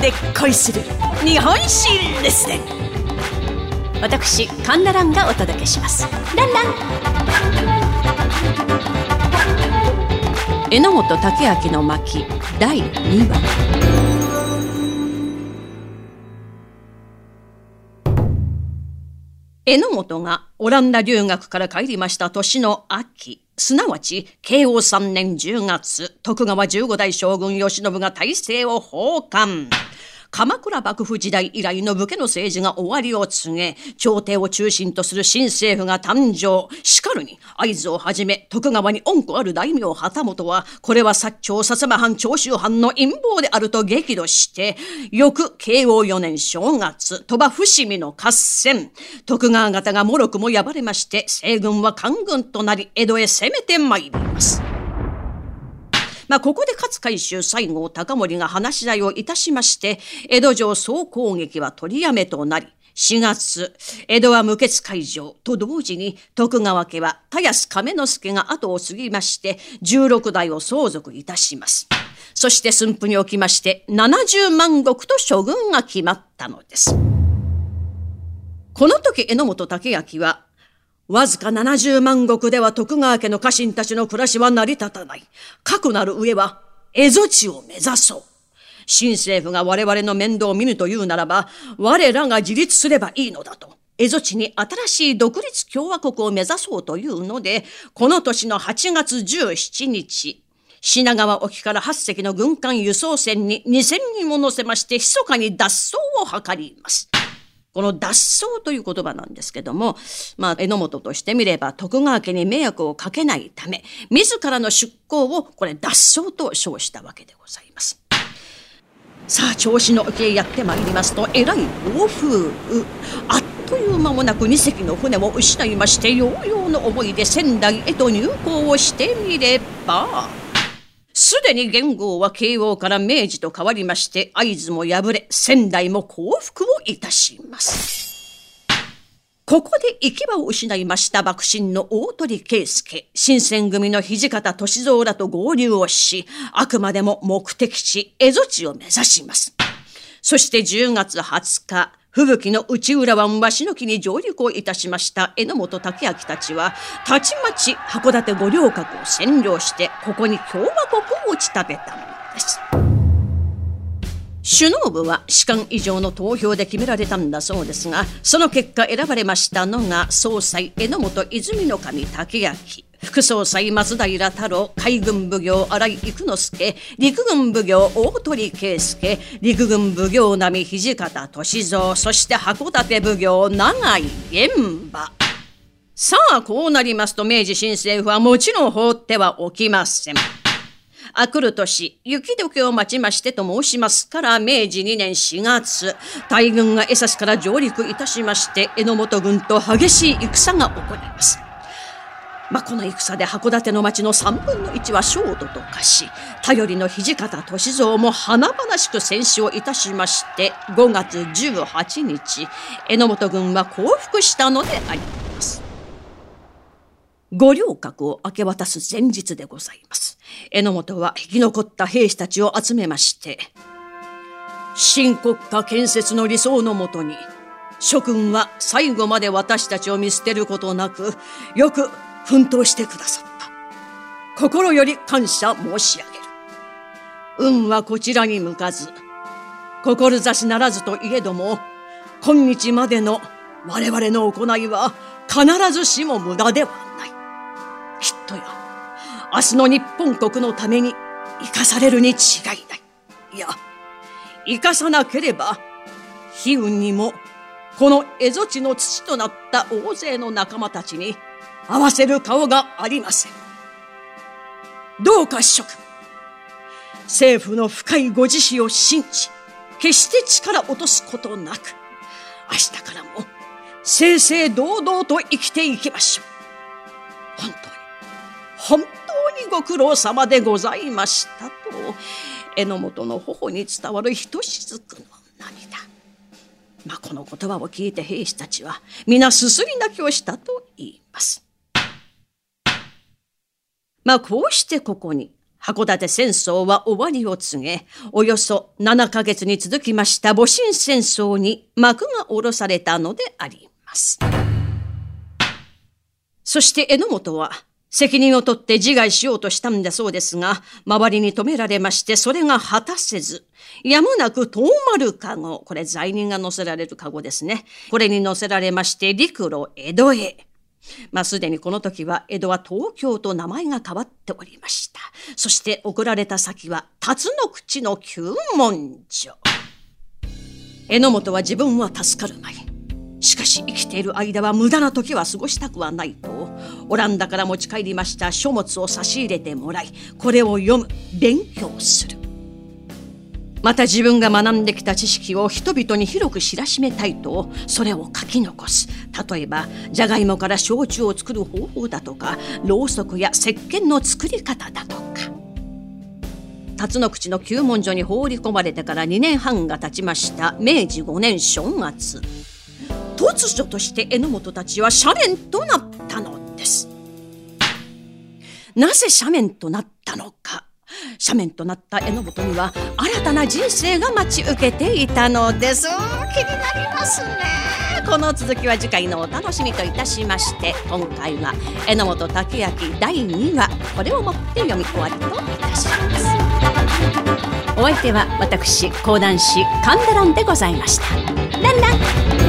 で恋する日本史レッスン。私カンナランがお届けします。ランラン。榎本武明の巻第2話。榎本がオランダ留学から帰りました年の秋、すなわち慶応3年10月、徳川15代将軍慶喜が大政を奉還。鎌倉幕府時代以来の武家の政治が終わりを告げ、朝廷を中心とする新政府が誕生。しかるに会津をはじめ徳川に恩子ある大名旗本は、これは薩長薩摩藩長州藩の陰謀であると激怒して、翌慶応4年正月、鳥羽伏見の合戦、徳川方がもろくも敗れまして、西軍は官軍となり江戸へ攻めてまいります。ここで勝海舟西郷隆盛が話し合いをいたしまして、江戸城総攻撃は取りやめとなり、4月、江戸は無血開城と同時に、徳川家は田安亀之助が後を継ぎまして、16代を相続いたします。そして駿府におきまして、70万石と処分が決まったのです。この時榎本武明は、わずか70万石では徳川家の家臣たちの暮らしは成り立たない。かくなる上は、蝦夷地を目指そう。新政府が我々の面倒を見ぬというならば、我らが自立すればいいのだと。蝦夷地に新しい独立共和国を目指そうというので、この年の8月17日、品川沖から8隻の軍艦輸送船に2000人も乗せまして、密かに脱走を図ります。この脱走という言葉なんですけども、榎本としてみれば徳川家に迷惑をかけないため、自らの出港をこれ脱走と称したわけでございます。さあ、銚子の沖へやってまいりますと、えらい暴風雨。あっという間もなく2隻の船も失いまして、ようようの思いで仙台へと入港をしてみれば、すでに元号は慶応から明治と変わりまして、会津も敗れ、仙台も降伏をいたします。ここで行き場を失いました幕臣の大鳥圭介、新選組の土方歳三らと合流をし、あくまでも目的地、蝦夷地を目指します。そして10月20日、吹雪の内浦湾鷲の木に上陸をいたしました榎本武明たちは、たちまち函館五稜郭を占領して、ここに共和国を打ち立てたのです。首脳部は士官以上の投票で決められたんだそうですが、その結果選ばれましたのが、総裁榎本泉守武明、副総裁松平太郎、海軍奉行新井幾之助、陸軍奉行大鳥圭介、陸軍奉行並土方歳三、そして函館奉行永井玄馬。さあ、こうなりますと明治新政府はもちろん放ってはおきません。あくる年、雪解けを待ちましてと申しますから、明治2年4月、大軍が江差から上陸いたしまして、榎本軍と激しい戦が起こります。この戦で函館の町の3分の1は焦土と化し、頼りの土方歳三も華々しく戦死をいたしまして、5月18日、榎本軍は降伏したのであります。五稜郭を明け渡す前日でございます。榎本は生き残った兵士たちを集めまして、新国家建設の理想のもとに、諸君は最後まで私たちを見捨てることなく、よく奮闘してくださった。心より感謝申し上げる。運はこちらに向かず、志ならずといえども、今日までの我々の行いは必ずしも無駄ではない。きっとや、明日の日本国のために生かされるに違いない。いや、生かさなければ、悲運にもこの蝦夷地の土となった大勢の仲間たちに合わせる顔がありません。どうか諸君、政府の深いご慈悲を信じ、決して力落とすことなく、明日からも正々堂々と生きていきましょう。本当にご苦労様でございましたと、榎本の頬に伝わるひとしずくの涙。この言葉を聞いて兵士たちは皆すすり泣きをしたと言います。こうしてここに函館戦争は終わりを告げ、およそ7ヶ月に続きました戊辰戦争に幕が下ろされたのであります。そして榎本は責任を取って自害しようとしたんだそうですが、周りに止められまして、それが果たせず、やむなく遠丸かご、これ罪人が乗せられるかごですね。これに乗せられまして、陸路江戸へ。すでにこの時は江戸は東京と名前が変わっておりました。そして送られた先は辰野口の九文所。榎本は自分は助かるまい。しかし生きている間は無駄な時は過ごしたくはないと、オランダから持ち帰りました書物を差し入れてもらい、これを読む、勉強する。また自分が学んできた知識を人々に広く知らしめたいと、それを書き残す。例えばじゃがいもから焼酎を作る方法だとか、ろうそくや石鹸の作り方だとか。辰野口の九文所に放り込まれてから2年半が経ちました明治5年正月、突如として榎本たちは斜面となったのです。なぜ斜面となったのか。斜面となった榎本には新たな人生が待ち受けていたのです。気になりますね。この続きは次回のお楽しみといたしまして、今回は榎本武明第2話、これをもって読み終わりといたします。お相手は私講談師神田蘭でございました。ランラン。